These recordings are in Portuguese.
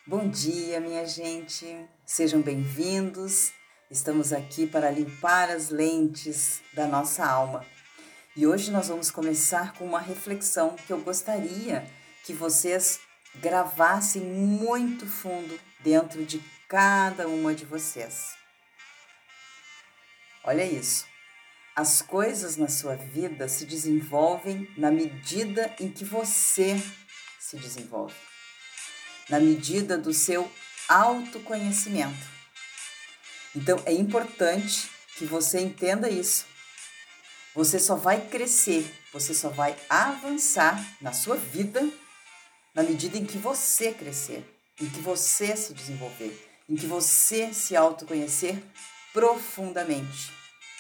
Bom dia, minha gente. Sejam bem-vindos. Estamos aqui para limpar as lentes da nossa alma. E hoje nós vamos começar com uma reflexão que eu gostaria que vocês gravassem muito fundo dentro de cada uma de vocês. Olha isso. As coisas na sua vida se desenvolvem na medida em que você se desenvolve, na medida do seu autoconhecimento. Então, é importante que você entenda isso. Você só vai crescer, você só vai avançar na sua vida na medida em que você crescer, em que você se desenvolver, em que você se autoconhecer profundamente.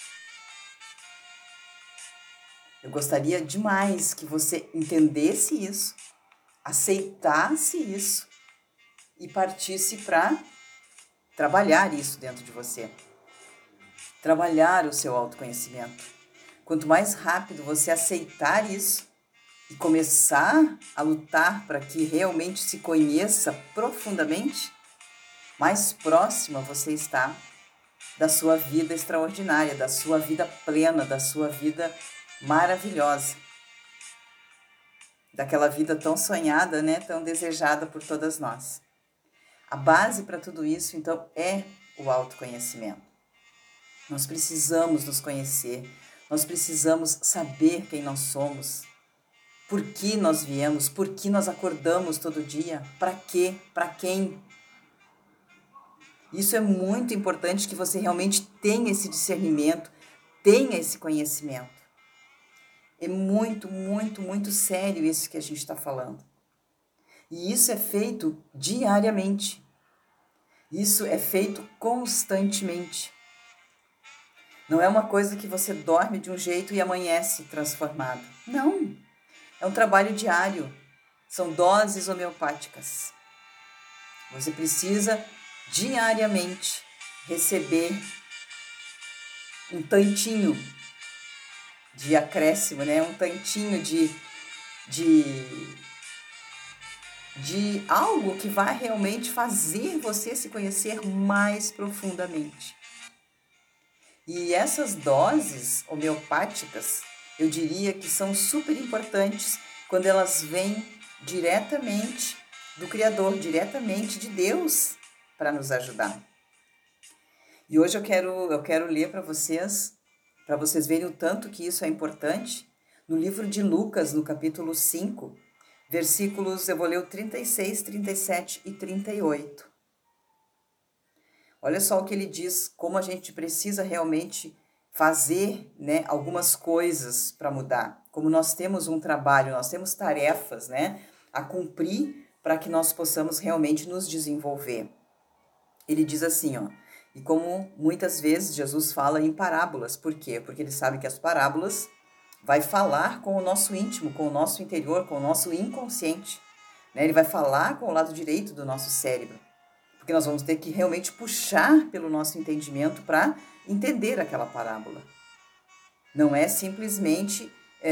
Eu gostaria demais que você entendesse isso, aceitasse isso e partisse para trabalhar isso dentro de você. Trabalhar o seu autoconhecimento. Quanto mais rápido você aceitar isso e começar a lutar para que realmente se conheça profundamente, mais próxima você está da sua vida extraordinária, da sua vida plena, da sua vida maravilhosa. Daquela vida tão sonhada, né? Tão desejada por todas nós. A base para tudo isso, então, é o autoconhecimento. Nós precisamos nos conhecer, nós precisamos saber quem nós somos, por que nós viemos, por que nós acordamos todo dia, para quê, para quem. Isso é muito importante que você realmente tenha esse discernimento, tenha esse conhecimento. É muito, muito, muito sério isso que a gente está falando. E isso é feito diariamente. Isso é feito constantemente. Não é uma coisa que você dorme de um jeito e amanhece transformado. Não. É um trabalho diário. São doses homeopáticas. Você precisa diariamente receber um tantinho de acréscimo, né? Um tantinho de algo que vai realmente fazer você se conhecer mais profundamente. E essas doses homeopáticas, eu diria que são super importantes quando elas vêm diretamente do Criador, diretamente de Deus, para nos ajudar. E hoje eu quero ler para vocês verem o tanto que isso é importante, no livro de Lucas, no capítulo 5, versículos, eu vou ler o 36, 37 e 38. Olha só o que ele diz, como a gente precisa realmente fazer, né, algumas coisas para mudar. Como nós temos um trabalho, nós temos tarefas, né, a cumprir para que nós possamos realmente nos desenvolver. Ele diz assim, ó, e como muitas vezes Jesus fala em parábolas, por quê? Porque ele sabe que as parábolas vai falar com o nosso íntimo, com o nosso interior, com o nosso inconsciente, né? Ele vai falar com o lado direito do nosso cérebro, porque nós vamos ter que realmente puxar pelo nosso entendimento para entender aquela parábola. Não é simplesmente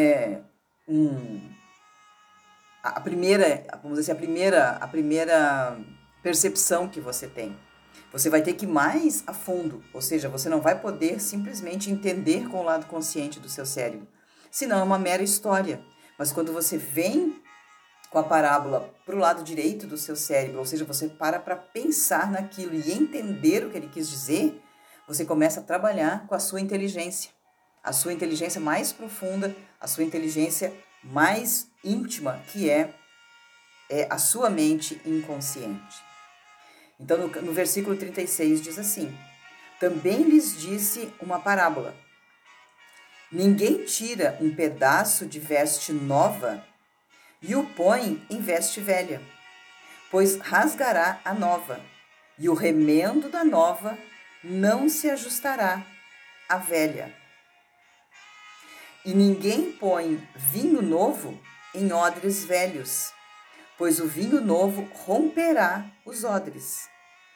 a primeira, vamos dizer assim, a primeira percepção que você tem. Você vai ter que ir mais a fundo, ou seja, você não vai poder simplesmente entender com o lado consciente do seu cérebro, senão é uma mera história. Mas quando você vem com a parábola para o lado direito do seu cérebro, ou seja, você para pensar naquilo e entender o que ele quis dizer, você começa a trabalhar com a sua inteligência mais profunda, a sua inteligência mais íntima, que é a sua mente inconsciente. Então, no versículo 36 diz assim, também lhes disse uma parábola. Ninguém tira um pedaço de veste nova e o põe em veste velha, pois rasgará a nova, e o remendo da nova não se ajustará à velha. E ninguém põe vinho novo em odres velhos, pois o vinho novo romperá os odres.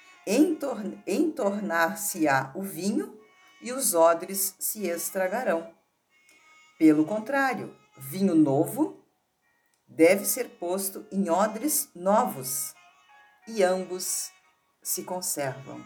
Entornar-se-á o vinho e os odres se estragarão. Pelo contrário, vinho novo deve ser posto em odres novos, e ambos se conservam.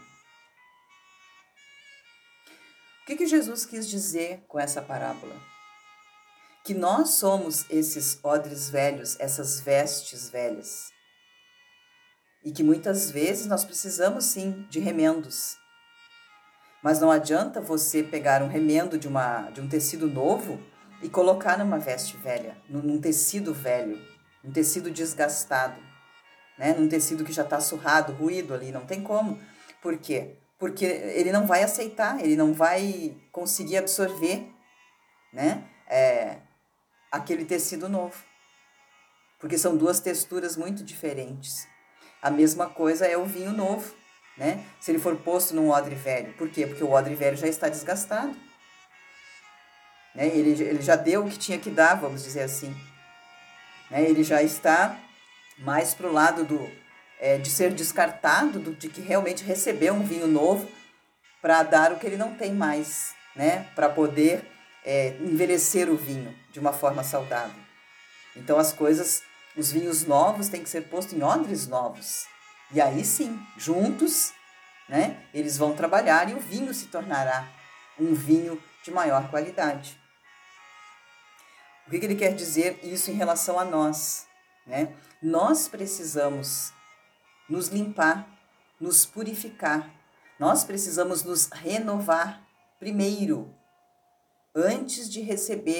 O que Jesus quis dizer com essa parábola? Que nós somos esses odres velhos, essas vestes velhas. E que muitas vezes nós precisamos sim de remendos. Mas não adianta você pegar um remendo de um tecido novo e colocar numa veste velha, num tecido velho, um tecido desgastado, né? Num tecido que já está surrado, ruído ali, não tem como. Por quê? Porque ele não vai aceitar, ele não vai conseguir absorver, né? Aquele tecido novo. Porque são duas texturas muito diferentes. A mesma coisa é o vinho novo, né? Se ele for posto num odre velho. Por quê? Porque o odre velho já está desgastado. Né? Ele já deu o que tinha que dar, vamos dizer assim. Né? Ele já está mais para o lado de ser descartado, de que realmente recebeu um vinho novo para dar o que ele não tem mais, né? Para poder envelhecer o vinho de uma forma saudável. Então os vinhos novos têm que ser postos em odres novos. E aí sim, juntos, né, eles vão trabalhar e o vinho se tornará um vinho de maior qualidade. O que ele quer dizer isso em relação a nós? Né? Nós precisamos nos limpar, nos purificar. Nós precisamos nos renovar primeiro, antes de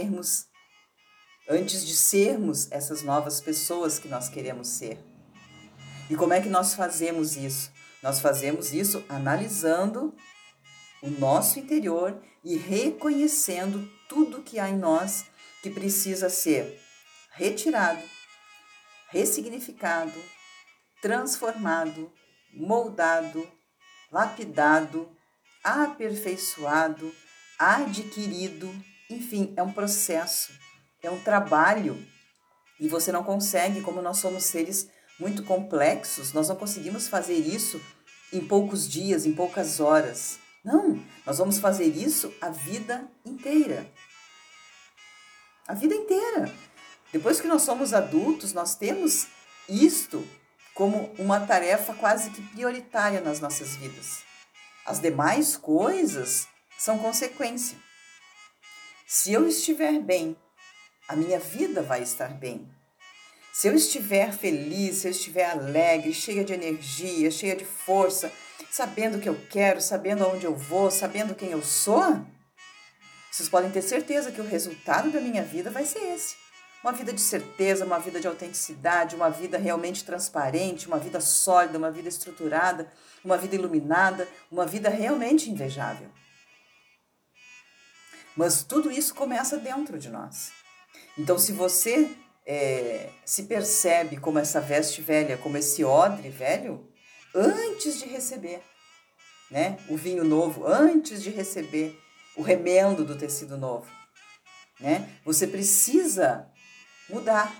sermos essas novas pessoas que nós queremos ser. E como é que nós fazemos isso? Nós fazemos isso analisando o nosso interior e reconhecendo tudo que há em nós que precisa ser retirado, ressignificado, transformado, moldado, lapidado, aperfeiçoado, adquirido. Enfim, é um processo, é um trabalho e você não consegue, como nós somos seres muito complexos, nós não conseguimos fazer isso em poucos dias, em poucas horas. Não, nós vamos fazer isso a vida inteira. A vida inteira. Depois que nós somos adultos, nós temos isto como uma tarefa quase que prioritária nas nossas vidas. As demais coisas são consequência. Se eu estiver bem, a minha vida vai estar bem. Se eu estiver feliz, se eu estiver alegre, cheia de energia, cheia de força, sabendo o que eu quero, sabendo aonde eu vou, sabendo quem eu sou, vocês podem ter certeza que o resultado da minha vida vai ser esse. Uma vida de certeza, uma vida de autenticidade, uma vida realmente transparente, uma vida sólida, uma vida estruturada, uma vida iluminada, uma vida realmente invejável. Mas tudo isso começa dentro de nós. Então, se você se percebe como essa veste velha, como esse odre velho, antes de receber, né, o vinho novo, antes de receber o remendo do tecido novo, né, você precisa mudar.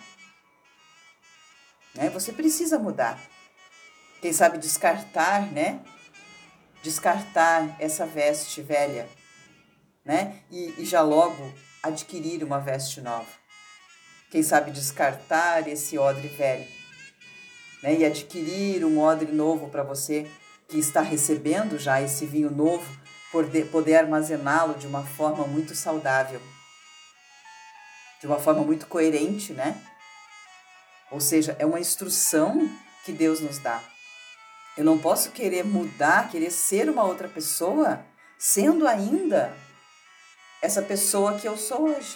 Né? Você precisa mudar. Quem sabe descartar, né? Descartar essa veste velha, né? E já logo adquirir uma veste nova. Quem sabe descartar esse odre velho, né? E adquirir um odre novo para você que está recebendo já esse vinho novo, poder armazená-lo de uma forma muito saudável, de uma forma muito coerente, né? Ou seja, é uma instrução que Deus nos dá. Eu não posso querer mudar, querer ser uma outra pessoa, sendo ainda essa pessoa que eu sou hoje.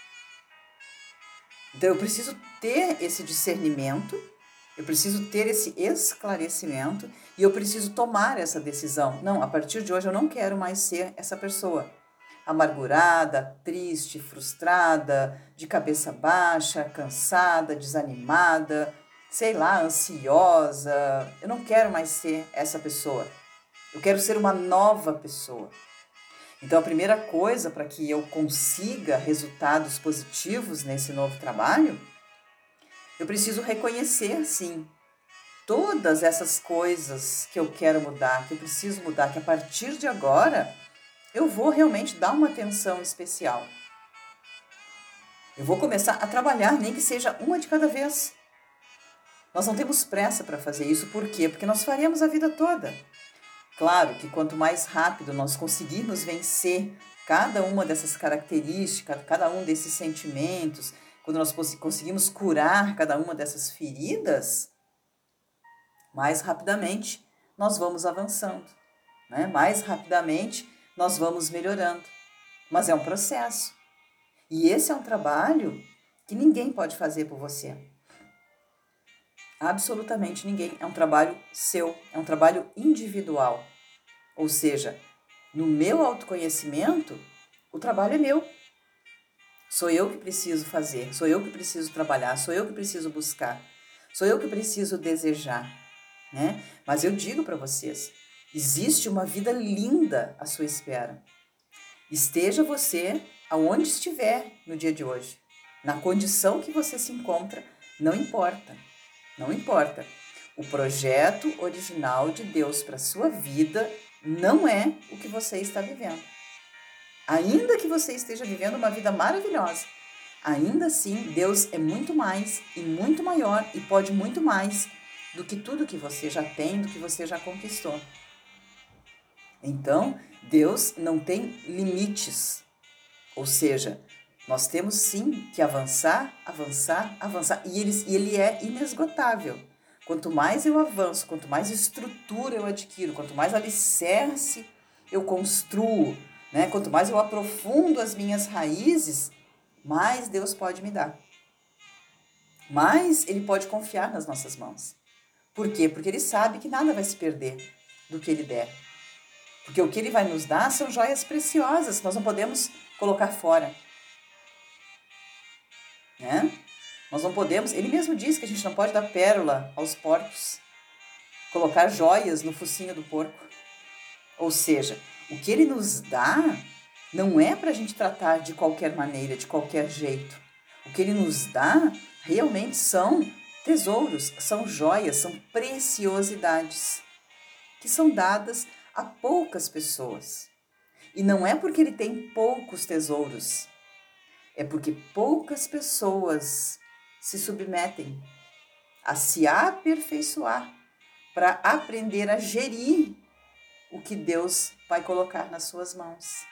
Então eu preciso ter esse discernimento, eu preciso ter esse esclarecimento e eu preciso tomar essa decisão. Não, a partir de hoje eu não quero mais ser essa pessoa amargurada, triste, frustrada, de cabeça baixa, cansada, desanimada, sei lá, ansiosa. Eu não quero mais ser essa pessoa. Eu quero ser uma nova pessoa. Então, a primeira coisa para que eu consiga resultados positivos nesse novo trabalho, eu preciso reconhecer, sim, todas essas coisas que eu quero mudar, que eu preciso mudar, que a partir de agora eu vou realmente dar uma atenção especial. Eu vou começar a trabalhar, nem que seja uma de cada vez. Nós não temos pressa para fazer isso, por quê? Porque nós faremos a vida toda. Claro que quanto mais rápido nós conseguirmos vencer cada uma dessas características, cada um desses sentimentos, quando nós conseguimos curar cada uma dessas feridas, mais rapidamente nós vamos avançando, né? Mais rapidamente nós vamos melhorando. Mas é um processo. E esse é um trabalho que ninguém pode fazer por você. Absolutamente ninguém. É um trabalho seu, é um trabalho individual. Ou seja, no meu autoconhecimento, o trabalho é meu. Sou eu que preciso fazer, sou eu que preciso trabalhar, sou eu que preciso buscar, sou eu que preciso desejar, né? Mas eu digo para vocês, existe uma vida linda à sua espera. Esteja você aonde estiver no dia de hoje, na condição que você se encontra, não importa, não importa. O projeto original de Deus para a sua vida não é o que você está vivendo. Ainda que você esteja vivendo uma vida maravilhosa, ainda assim Deus é muito mais e muito maior e pode muito mais do que tudo que você já tem, do que você já conquistou. Então, Deus não tem limites. Ou seja, nós temos sim que avançar, avançar, avançar. E ele é inesgotável. Quanto mais eu avanço, quanto mais estrutura eu adquiro, quanto mais alicerce eu construo, né? Quanto mais eu aprofundo as minhas raízes, mais Deus pode me dar. Mais Ele pode confiar nas nossas mãos. Por quê? Porque Ele sabe que nada vai se perder do que Ele der. Porque o que Ele vai nos dar são joias preciosas que nós não podemos colocar fora. Né? Nós não podemos, Ele mesmo diz que a gente não pode dar pérola aos porcos, colocar joias no focinho do porco. Ou seja, o que Ele nos dá não é para a gente tratar de qualquer maneira, de qualquer jeito. O que Ele nos dá realmente são tesouros, são joias, são preciosidades que são dadas a poucas pessoas. E não é porque Ele tem poucos tesouros, é porque poucas pessoas se submetem a se aperfeiçoar para aprender a gerir o que Deus vai colocar nas suas mãos.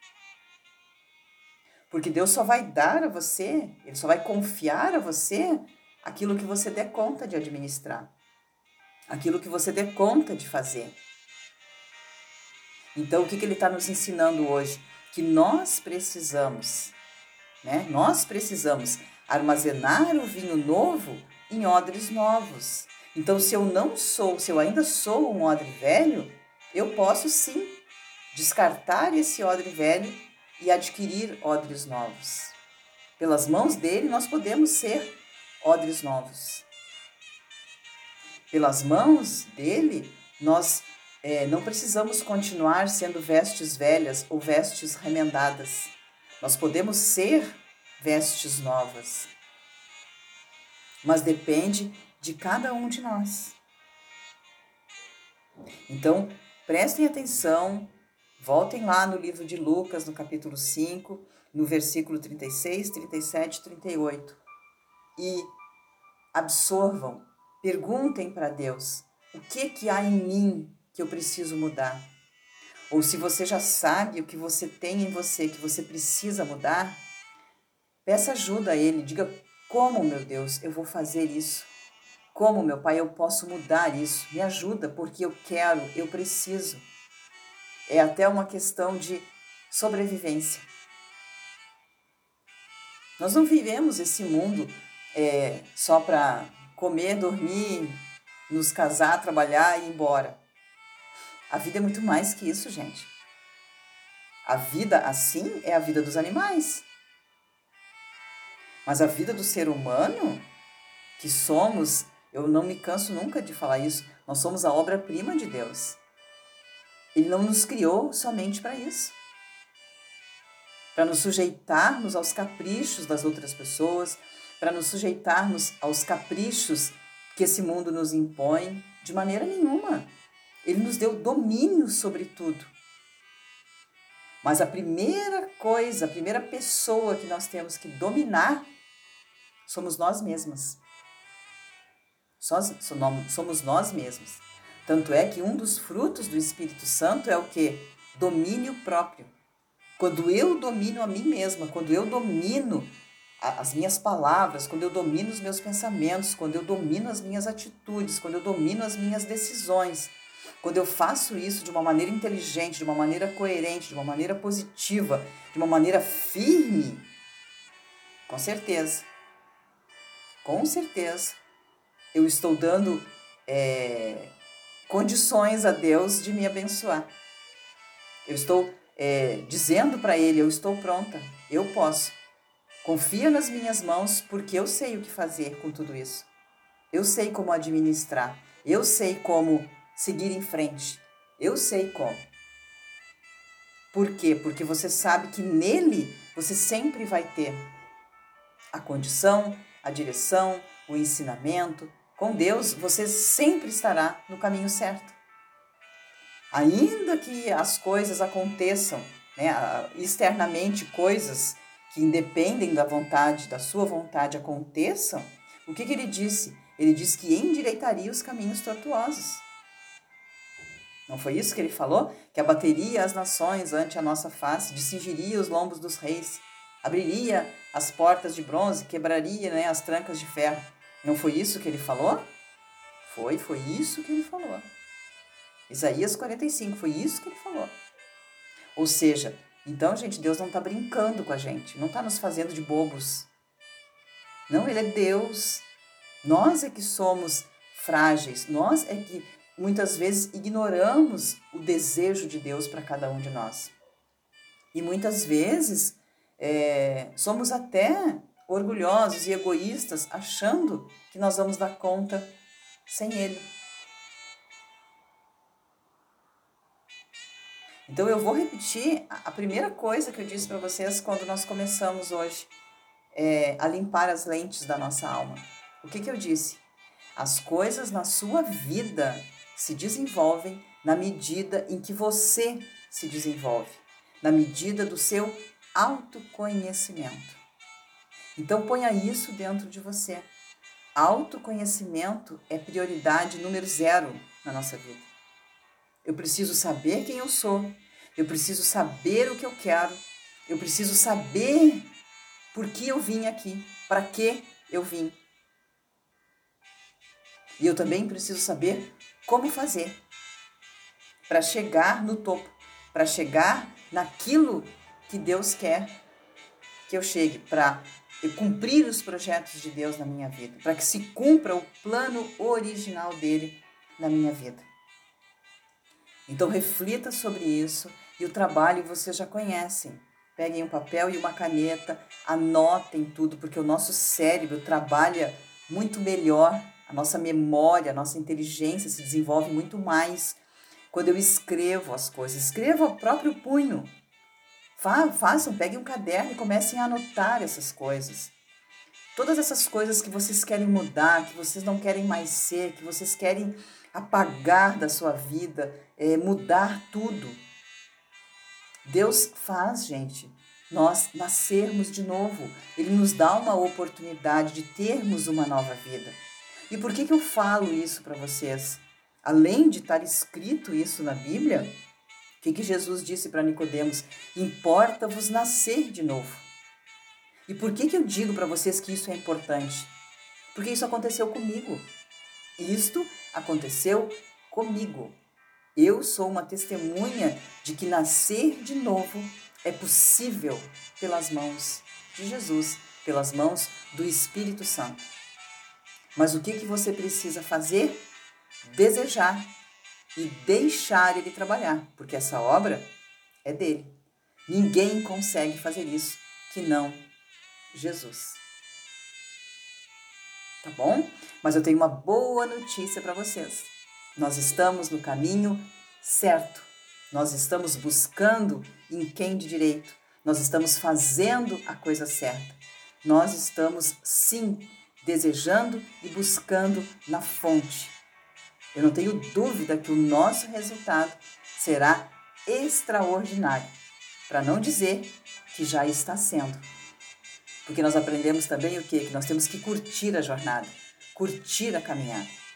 Porque Deus só vai dar a você, Ele só vai confiar a você aquilo que você der conta de administrar, aquilo que você der conta de fazer. Então, o que Ele está nos ensinando hoje? Que nós precisamos, né? Nós precisamos armazenar o vinho novo em odres novos. Então, se eu ainda sou um odre velho, eu posso sim descartar esse odre velho e adquirir odres novos. Pelas mãos dele, nós podemos ser odres novos. Pelas mãos dele, nós não precisamos continuar sendo vestes velhas ou vestes remendadas. Nós podemos ser vestes novas. Mas depende de cada um de nós. Então, prestem atenção, voltem lá no livro de Lucas, no capítulo 5, no versículo 36, 37 e 38. E absorvam, perguntem para Deus, o que há em mim que eu preciso mudar? Ou se você já sabe o que você tem em você, que você precisa mudar, peça ajuda a Ele, diga, como, meu Deus, eu vou fazer isso? Como, meu Pai, eu posso mudar isso? Me ajuda, porque eu quero, eu preciso. É até uma questão de sobrevivência. Nós não vivemos esse mundo só para comer, dormir, nos casar, trabalhar e ir embora. A vida é muito mais que isso, gente. A vida, assim, é a vida dos animais. Mas a vida do ser humano, que somos, eu não me canso nunca de falar isso, nós somos a obra-prima de Deus. Ele não nos criou somente para isso. Para nos sujeitarmos aos caprichos das outras pessoas, para nos sujeitarmos aos caprichos que esse mundo nos impõe, de maneira nenhuma. Ele nos deu domínio sobre tudo. Mas a primeira coisa, a primeira pessoa que nós temos que dominar somos nós mesmas. somos nós mesmos. Tanto é que um dos frutos do Espírito Santo é o quê? Domínio próprio. Quando eu domino a mim mesma, quando eu domino as minhas palavras, quando eu domino os meus pensamentos, quando eu domino as minhas atitudes, quando eu domino as minhas decisões, quando eu faço isso de uma maneira inteligente, de uma maneira coerente, de uma maneira positiva, de uma maneira firme, com certeza, eu estou dando condições a Deus de me abençoar. Eu estou dizendo para Ele, eu estou pronta, eu posso. Confia nas minhas mãos porque eu sei o que fazer com tudo isso. Eu sei como administrar, eu sei como seguir em frente, eu sei como. Por quê? Porque você sabe que nele você sempre vai ter a condição, a direção, o ensinamento. Com Deus, você sempre estará no caminho certo. Ainda que as coisas aconteçam, né, externamente, coisas que independem da vontade, da sua vontade, aconteçam, o que ele disse? Ele disse que endireitaria os caminhos tortuosos. Não foi isso que ele falou? Que abateria as nações ante a nossa face, cingiria os lombos dos reis, abriria as portas de bronze, quebraria, né, as trancas de ferro. Não foi isso que ele falou? Foi isso que ele falou. Isaías 45, foi isso que ele falou. Ou seja, então, gente, Deus não está brincando com a gente, não está nos fazendo de bobos. Não, Ele é Deus. Nós é que somos frágeis, nós é que muitas vezes ignoramos o desejo de Deus para cada um de nós. E muitas vezes somos até orgulhosos e egoístas, achando que nós vamos dar conta sem Ele. Então eu vou repetir a primeira coisa que eu disse para vocês quando nós começamos hoje a limpar as lentes da nossa alma. O que eu disse? As coisas na sua vida se desenvolvem na medida em que você se desenvolve, na medida do seu autoconhecimento. Então ponha isso dentro de você. Autoconhecimento é prioridade número 0 na nossa vida. Eu preciso saber quem eu sou, eu preciso saber o que eu quero, eu preciso saber por que eu vim aqui, para que eu vim. E eu também preciso saber como fazer para chegar no topo, para chegar naquilo que Deus quer que eu chegue, para cumprir os projetos de Deus na minha vida, para que se cumpra o plano original dele na minha vida. Então reflita sobre isso e o trabalho vocês já conhecem. Peguem um papel e uma caneta, anotem tudo, porque o nosso cérebro trabalha muito melhor, a nossa memória, a nossa inteligência se desenvolve muito mais quando eu escrevo as coisas. Escreva ao próprio punho. Façam, peguem um caderno e comecem a anotar essas coisas. Todas essas coisas que vocês querem mudar, que vocês não querem mais ser, que vocês querem apagar da sua vida, mudar tudo. Deus faz, gente, nós nascermos de novo. Ele nos dá uma oportunidade de termos uma nova vida. E por que eu falo isso para vocês? Além de estar escrito isso na Bíblia, o que Jesus disse para Nicodemos? Importa-vos nascer de novo. E por que eu digo para vocês que isso é importante? Porque isso aconteceu comigo. Isto aconteceu comigo. Eu sou uma testemunha de que nascer de novo é possível pelas mãos de Jesus, pelas mãos do Espírito Santo. Mas o que você precisa fazer? Desejar e deixar ele trabalhar, porque essa obra é dele. Ninguém consegue fazer isso que não Jesus. Tá bom? Mas eu tenho uma boa notícia para vocês. Nós estamos no caminho certo. Nós estamos buscando em quem de direito. Nós estamos fazendo a coisa certa. Nós estamos, sim, desejando e buscando na fonte. Eu não tenho dúvida que o nosso resultado será extraordinário, para não dizer que já está sendo. Porque nós aprendemos também o quê? Que nós temos que curtir a jornada, curtir a caminhada.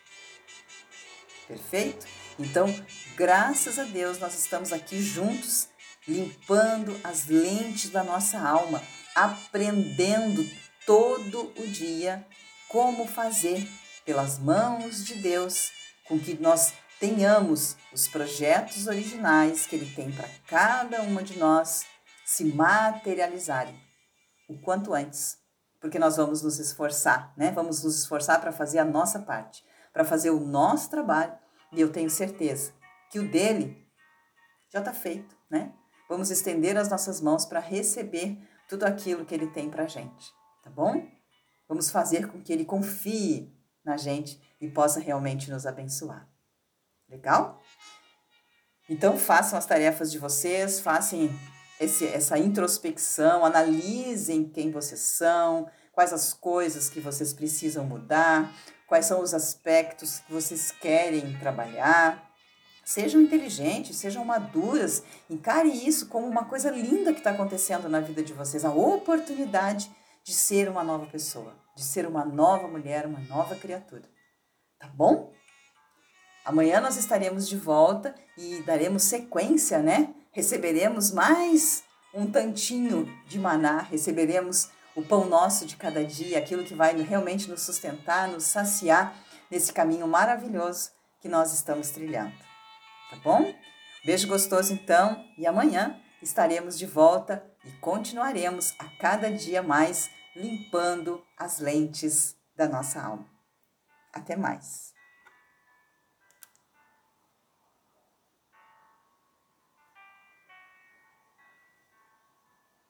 Perfeito? Então, graças a Deus, nós estamos aqui juntos, limpando as lentes da nossa alma, aprendendo todo o dia como fazer pelas mãos de Deus, com que nós tenhamos os projetos originais que Ele tem para cada uma de nós se materializarem o quanto antes, porque nós vamos nos esforçar, né? Vamos nos esforçar para fazer a nossa parte, para fazer o nosso trabalho, e eu tenho certeza que o dele já está feito, né? Vamos estender as nossas mãos para receber tudo aquilo que ele tem para a gente, tá bom? Vamos fazer com que ele confie na gente e possa realmente nos abençoar. Legal? Então, façam as tarefas de vocês, façam essa introspecção, analisem quem vocês são, quais as coisas que vocês precisam mudar, quais são os aspectos que vocês querem trabalhar. Sejam inteligentes, sejam maduras, encare isso como uma coisa linda que está acontecendo na vida de vocês, a oportunidade de ser uma nova pessoa, de ser uma nova mulher, uma nova criatura. Tá bom? Amanhã nós estaremos de volta e daremos sequência, né? Receberemos mais um tantinho de maná, receberemos o pão nosso de cada dia, aquilo que vai realmente nos sustentar, nos saciar nesse caminho maravilhoso que nós estamos trilhando. Tá bom? Beijo gostoso então e amanhã estaremos de volta e continuaremos a cada dia mais limpando as lentes da nossa alma. Até mais!